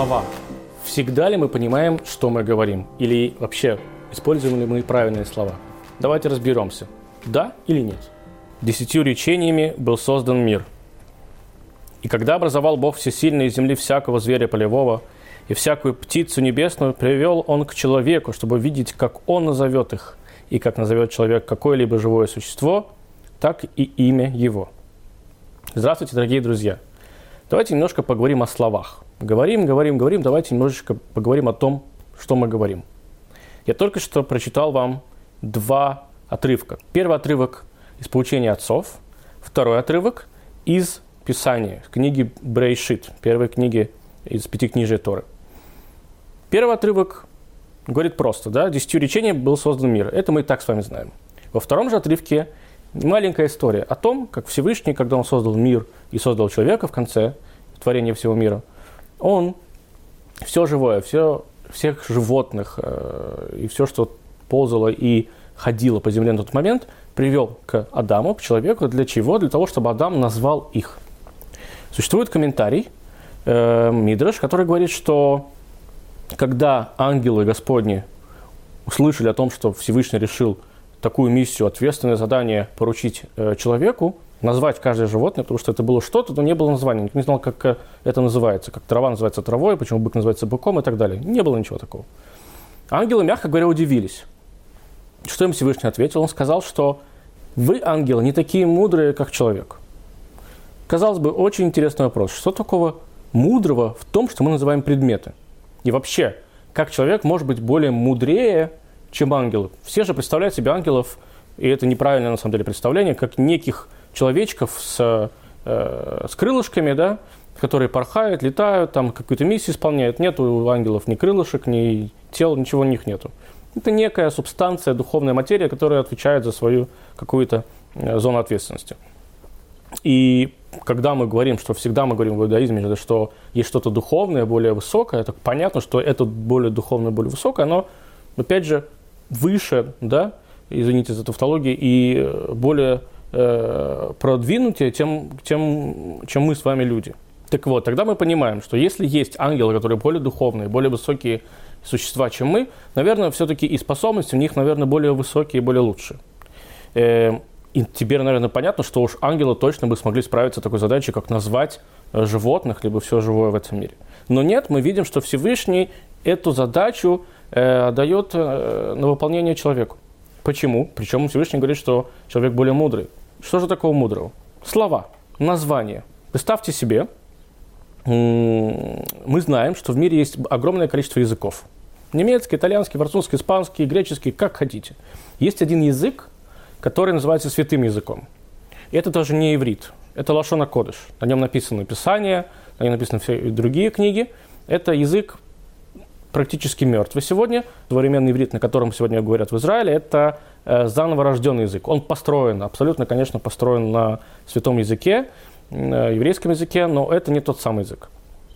слова. Всегда ли мы понимаем, что мы говорим? Или вообще, используем ли мы правильные слова? Давайте разберемся. Да или нет? 10 речениями был создан мир. И когда образовал Бог всесильный из земли всякого зверя полевого и всякую птицу небесную, привел Он к человеку, чтобы видеть, как Он назовет их, и как назовет человек какое-либо живое существо, так и имя его. Здравствуйте, дорогие друзья! Давайте немножко поговорим о словах. Говорим, давайте немножечко поговорим о том, что мы говорим. Я только что прочитал вам 2 отрывка. Первый отрывок из «Поучения отцов», второй отрывок из Писания, книги Бреишит, первой книги из Пятикнижия Торы. Первый отрывок говорит просто, 10 речений был создан мир. Это мы и так с вами знаем. Во втором же отрывке маленькая история о том, как Всевышний, когда Он создал мир и создал человека в конце творения всего мира, Он все живое, всех животных и все, что ползало и ходило по земле на тот момент, привел к Адаму, к человеку. Для чего? Для того, чтобы Адам назвал их. Существует комментарий, Мидраш, который говорит, что когда ангелы Господни услышали о том, что Всевышний решил такую миссию, ответственное задание поручить человеку, назвать каждое животное, потому что это было что-то, но не было названия. Никто не знал, как это называется, как трава называется травой, почему бык называется быком и так далее. Не было ничего такого. Ангелы, мягко говоря, удивились. Что им Всевышний ответил? Он сказал, что вы, ангелы, не такие мудрые, как человек. Казалось бы, очень интересный вопрос. Что такого мудрого в том, что мы называем предметы? И вообще, как человек может быть более мудрее, чем ангелы? Все же представляют себе ангелов, и это неправильное на самом деле представление, как неких человечков с крылышками, которые порхают, летают, там какую-то миссию исполняют. Нет у ангелов ни крылышек, ни тел, ничего у них нету. Это некая субстанция, духовная материя, которая отвечает за свою какую-то зону ответственности. И когда мы говорим, что всегда мы говорим в иудаизме, что есть что-то духовное, более высокое, так понятно, что это более духовное, более высокое, оно, опять же, выше, извините за тавтологию, и более продвинутее, чем мы с вами люди. Так вот, тогда мы понимаем, что если есть ангелы, которые более духовные, более высокие существа, чем мы, наверное, все-таки и способности у них, наверное, более высокие и более лучшие. И теперь, наверное, понятно, что уж ангелы точно бы смогли справиться с такой задачей, как назвать животных, либо все живое в этом мире. Но нет, мы видим, что Всевышний эту задачу дает на выполнение человеку. Почему? Причем Всевышний говорит, что человек более мудрый. Что же такого мудрого? Слова, названия. Представьте себе, мы знаем, что в мире есть огромное количество языков. Немецкий, итальянский, французский, испанский, греческий, как хотите. Есть один язык, который называется святым языком. И это даже не иврит, это лашон а-кодеш. На нем написано Писание, на нем написаны все другие книги. Это язык практически мертвый сегодня. Современный иврит, на котором сегодня говорят в Израиле, это заново рожденный язык. Он построен, абсолютно, конечно, построен на святом языке, на еврейском языке, но это не тот самый язык.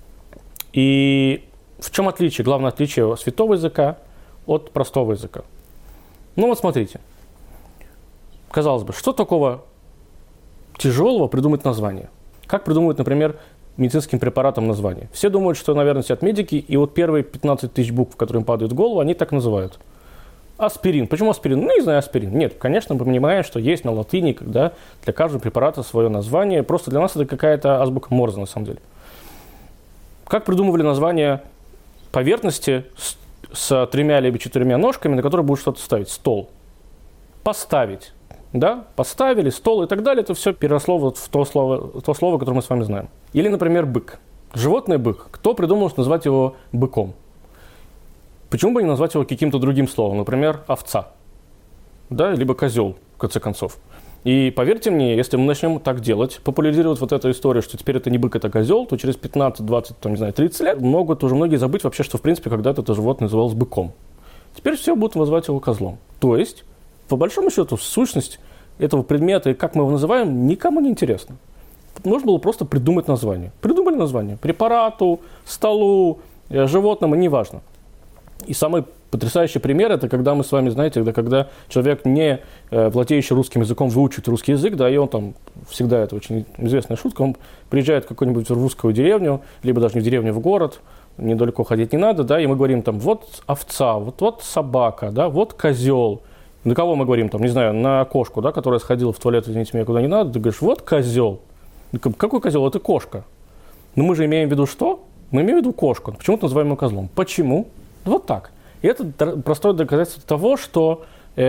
И в чем отличие, главное отличие святого языка от простого языка? Ну вот смотрите. Казалось бы, что такого тяжелого придумать название? Как придумывают, например, медицинским препаратам название? Все думают, что, наверное, сидят медики, и вот первые 15 тысяч букв, которые им падают в голову, они так называют. Аспирин. Почему аспирин? Не знаю, аспирин. Нет, конечно, мы понимаем, что есть на латыни, когда для каждого препарата свое название. Просто для нас это какая-то азбука Морзе, на самом деле. Как придумывали название поверхности с 3 либо 4 ножками, на которые будет что-то ставить? Стол. Поставить. Поставили, стол и так далее, это все переросло вот в то слово, которое мы с вами знаем. Или, например, бык. Животное бык. Кто придумал назвать его быком? Почему бы не назвать его каким-то другим словом? Например, овца. Либо козел, в конце концов. И поверьте мне, если мы начнем так делать, популяризировать вот эту историю, что теперь это не бык, это козел, то через 15, 20, 30 лет могут уже многие забыть вообще, что в принципе когда-то это животное называлось быком. Теперь все будут называть его козлом. То есть, по большому счету, сущность этого предмета и как мы его называем, никому не интересно. Нужно было просто придумать название. Придумали название. Препарату, столу, животному, неважно. И самый потрясающий пример, это когда мы с вами, знаете, когда человек, не владеющий русским языком, выучит русский язык, и он там, всегда это очень известная шутка, он приезжает в какую-нибудь русскую деревню, либо даже не в деревню, в город, недалеко ходить не надо, да, и мы говорим там, вот овца, вот собака, да, вот козел. На кого мы говорим там, не знаю, на кошку, да, которая сходила в туалет, извините меня, куда не надо, ты говоришь, вот козел. Какой козел? Это кошка. Но мы же имеем в виду что? Мы имеем в виду кошку. Почему-то называем ее козлом. Почему? Вот так. И это простое доказательство того, что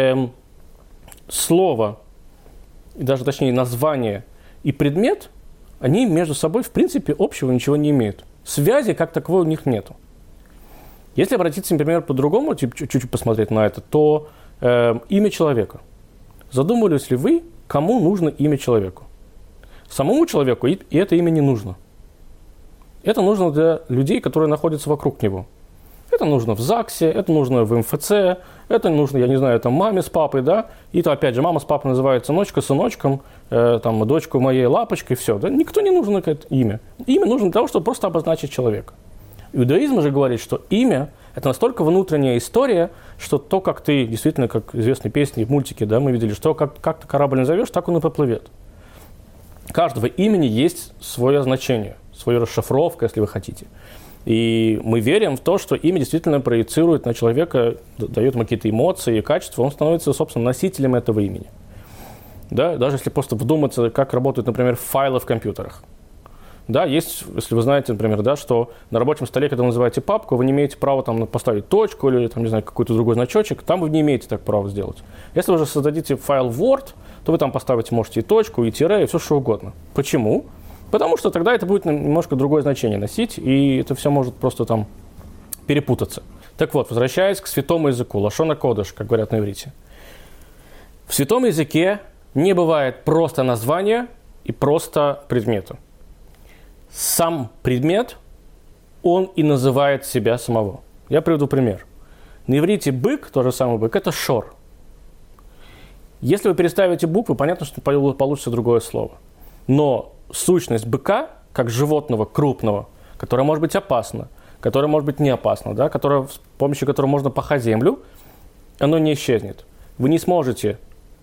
слово, и даже точнее название и предмет, они между собой в принципе общего ничего не имеют. Связи как таковой у них нету. Если обратиться, например, по-другому, чуть-чуть посмотреть на это, то имя человека. Задумывались ли вы, кому нужно имя человеку? Самому человеку и это имя не нужно. Это нужно для людей, которые находятся вокруг него. Это нужно в ЗАГСе, это нужно в МФЦ, это нужно, я не знаю, там маме с папой, да, и то, опять же, мама с папой называют сыночка сыночком, там, дочку моей лапочкой, все, да, никто не нужно это имя. Имя нужно для того, чтобы просто обозначить человека. Иудаизм же говорит, что имя – это настолько внутренняя история, что то, как ты, действительно, как известные песни, мультики, да, мы видели, что как ты корабль назовешь, так он и поплывет. У каждого имени есть свое значение, свою расшифровку, если вы хотите. И мы верим в то, что имя действительно проецирует на человека, дает ему какие-то эмоции и качества, он становится, собственно, носителем этого имени. Да? Даже если просто вдуматься, как работают, например, файлы в компьютерах. Да, есть, если вы знаете, например, да, что на рабочем столе, когда вы называете папку, вы не имеете права там поставить точку или, там, не знаю, какой-то другой значочек, там вы не имеете так права сделать. Если вы же создадите файл Word, то вы там поставите, можете и точку, и тире, и все что угодно. Почему? Потому что тогда это будет немножко другое значение носить, и это все может просто там перепутаться. Так вот, возвращаясь к святому языку, лашон а-кодеш, как говорят на иврите. В святом языке не бывает просто названия и просто предмета. Сам предмет, он и называет себя самого. Я приведу пример. На иврите бык, тот же самый бык, это шор. Если вы переставите буквы, понятно, что получится другое слово. Но сущность быка, как животного крупного, которое может быть опасно, которое может быть не опасно, да, с помощью которого можно пахать землю, оно не исчезнет. Вы не сможете,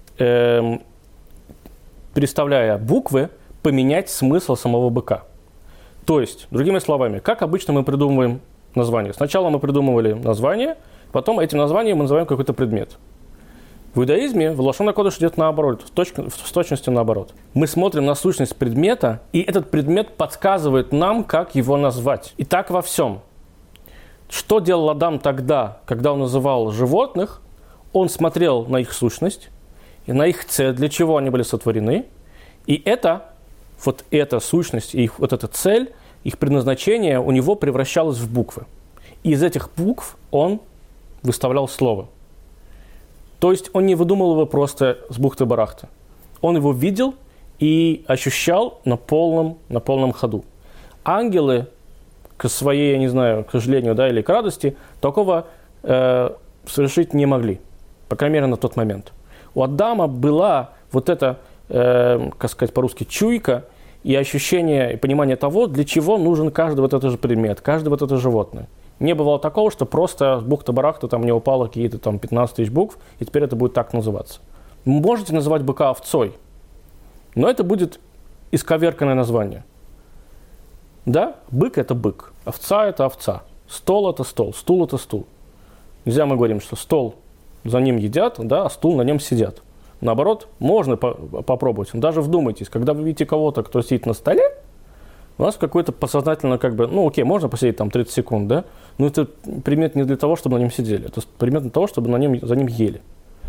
переставляя буквы, поменять смысл самого быка. То есть, другими словами, как обычно мы придумываем название. Сначала мы придумывали название, потом этим названием мы называем какой-то предмет. В иудаизме в лашон а-кодеш идет наоборот, с точностью наоборот. Мы смотрим на сущность предмета, и этот предмет подсказывает нам, как его назвать. И так во всем. Что делал Адам тогда, когда он называл животных? Он смотрел на их сущность, и на их цель, для чего они были сотворены. И вот эта сущность, и вот эта цель, их предназначение у него превращалось в буквы. И из этих букв он выставлял слово. То есть он не выдумал его просто с бухты-барахты. Он его видел и ощущал на полном ходу. Ангелы к своей, я не знаю, к сожалению, да, или к радости, такого совершить не могли. По крайней мере, на тот момент. У Адама была вот эта, как сказать по-русски, чуйка и ощущение, и понимание того, для чего нужен каждый вот этот же предмет, каждое вот это животное. Не бывало такого, что просто с бухты-барахты там не упало какие-то там 15 тысяч букв, и теперь это будет так называться. Вы можете называть быка овцой, но это будет исковерканное название. Да, бык – это бык, овца – это овца, стол – это стол, стул – это стул. Нельзя мы говорим, что стол, за ним едят, да, а стул, на нем сидят. Наоборот, можно попробовать. Даже вдумайтесь, когда вы видите кого-то, кто сидит на столе, у нас какой-то подсознательно окей, можно посидеть там 30 секунд, да, но это предмет не для того, чтобы на нем сидели, это предмет для того, чтобы за ним ели.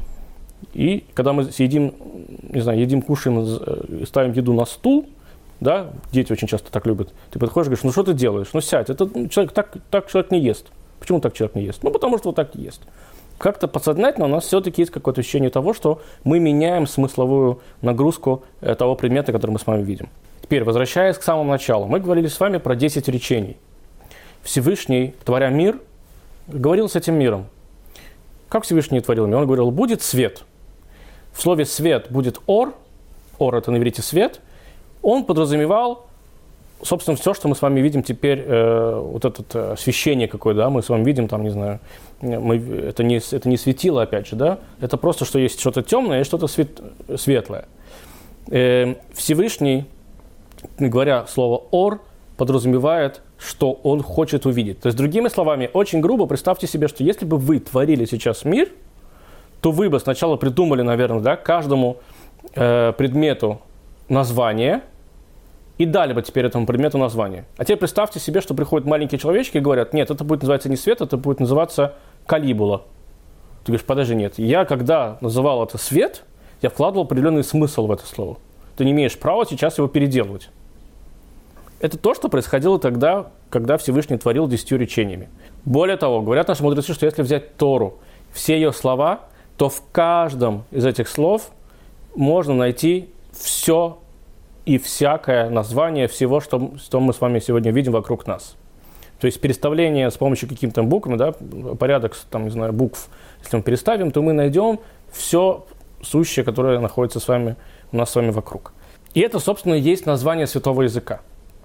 И когда мы едим, кушаем, ставим еду на стул, да, дети очень часто так любят, ты подходишь и говоришь, что ты делаешь, сядь, человек так человек не ест. Почему так человек не ест? Потому что вот так и ест. Как-то подсознательно у нас все-таки есть какое-то ощущение того, что мы меняем смысловую нагрузку того предмета, который мы с вами видим. Теперь, возвращаясь к самому началу, мы говорили с вами про 10 речений. Всевышний, творя мир, говорил с этим миром. Как Всевышний творил мир? Он говорил, будет свет. В слове «свет» будет «ор», «ор» – это на иврите «свет». Он подразумевал, собственно, все, что мы с вами видим теперь, вот это освещение какое-то, да, мы с вами видим, там, не знаю, это не светило, опять же, да, это просто, что есть что-то темное и что-то светлое. Всевышний, говоря слово «ор», подразумевает, что он хочет увидеть. То есть, другими словами, очень грубо представьте себе, что если бы вы творили сейчас мир, то вы бы сначала придумали, наверное, да, каждому предмету название и дали бы теперь этому предмету название. А теперь представьте себе, что приходят маленькие человечки и говорят: нет, это будет называться не свет, это будет называться калибула. Ты говоришь: подожди, нет, я когда называл это свет, я вкладывал определенный смысл в это слово. Ты не имеешь права сейчас его переделывать. Это то, что происходило тогда, когда Всевышний творил 10 речениями. Более того, говорят наши мудрецы, что если взять Тору, все ее слова, то в каждом из этих слов можно найти все и всякое название всего, что мы с вами сегодня видим вокруг нас. То есть переставление с помощью каких-то букв, да, порядок там, не знаю, букв, если мы переставим, то мы найдем все сущее, которое находится у нас с вами вокруг. И это, собственно, и есть название святого языка.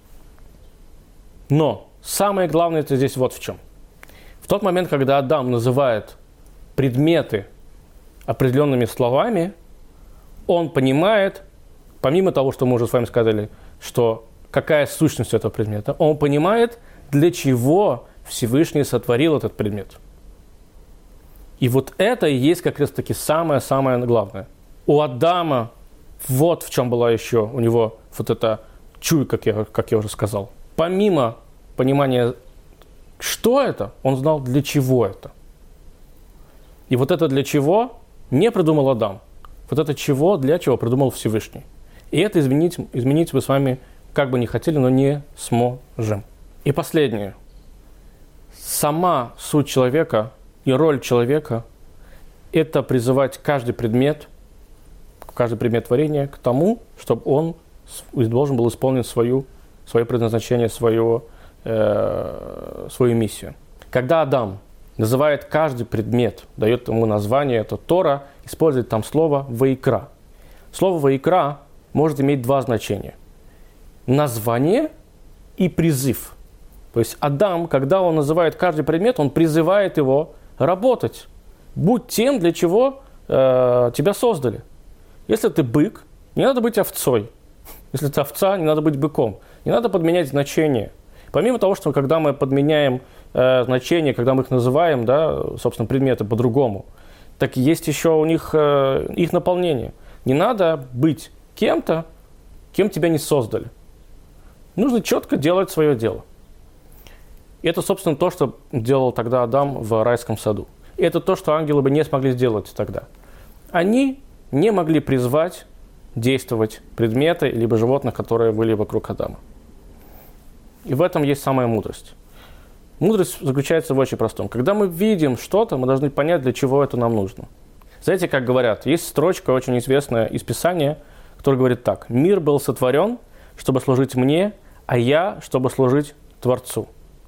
Но самое главное это здесь вот в чем. В тот момент, когда Адам называет предметы определенными словами, он понимает, помимо того, что мы уже с вами сказали, что какая сущность этого предмета, он понимает, для чего Всевышний сотворил этот предмет. И вот это и есть как раз-таки самое-самое главное. У Адама вот в чем была еще у него вот эта чуйка, как я уже сказал. Помимо понимания, что это, он знал, для чего это. И вот это для чего не придумал Адам. Вот это чего, для чего придумал Всевышний. И это изменить мы с вами как бы не хотели, но не сможем. И последнее. Сама суть человека и роль человека – это призывать каждый предмет творения к тому, чтобы он должен был исполнить свое предназначение, свою миссию. Когда Адам называет каждый предмет, дает ему название, это Тора, использует там слово «ваикра». Слово «ваикра» может иметь два значения. Название и призыв. То есть Адам, когда он называет каждый предмет, он призывает его работать. Будь тем, для чего тебя создали. Если ты бык, не надо быть овцой. Если ты овца, не надо быть быком. Не надо подменять значения. Помимо того, что когда мы подменяем значения, когда мы их называем, да, собственно, предметы по-другому, так есть еще у них их наполнение. Не надо быть кем-то, кем тебя не создали. Нужно четко делать свое дело. И это, собственно, то, что делал тогда Адам в райском саду. И это то, что ангелы бы не смогли сделать тогда. Они не могли призвать действовать предметы либо животных, которые были вокруг Адама. И в этом есть самая мудрость. Мудрость заключается в очень простом. Когда мы видим что-то, мы должны понять, для чего это нам нужно. Знаете, как говорят, есть строчка очень известная из Писания, которая говорит так: «Мир был сотворен, чтобы служить мне, а я, чтобы служить Творцу».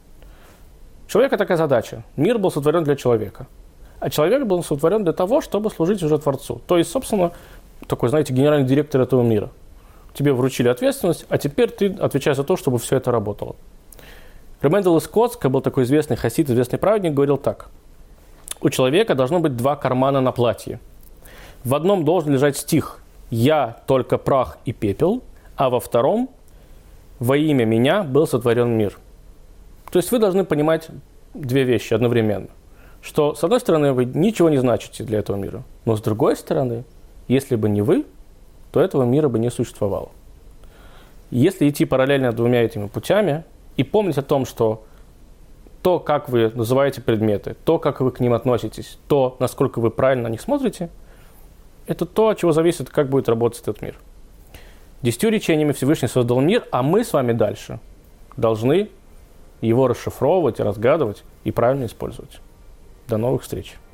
У человека такая задача. Мир был сотворен для человека. А человек был сотворен для того, чтобы служить уже Творцу. То есть, собственно, такой, знаете, генеральный директор этого мира. Тебе вручили ответственность, а теперь ты отвечаешь за то, чтобы все это работало. Ремендел из Коцка, был такой известный хасид, известный праведник, говорил так: у человека должно быть два кармана на платье. В одном должен лежать стих «Я только прах и пепел», а во втором «Во имя меня был сотворен мир». То есть вы должны понимать две вещи одновременно. Что, с одной стороны, вы ничего не значите для этого мира, но с другой стороны, если бы не вы, то этого мира бы не существовало. Если идти параллельно двумя этими путями и помнить о том, что то, как вы называете предметы, то, как вы к ним относитесь, то, насколько вы правильно на них смотрите, это то, от чего зависит, как будет работать этот мир. 10 речениями Всевышний создал мир, а мы с вами дальше должны его расшифровывать, разгадывать и правильно использовать. До новых встреч!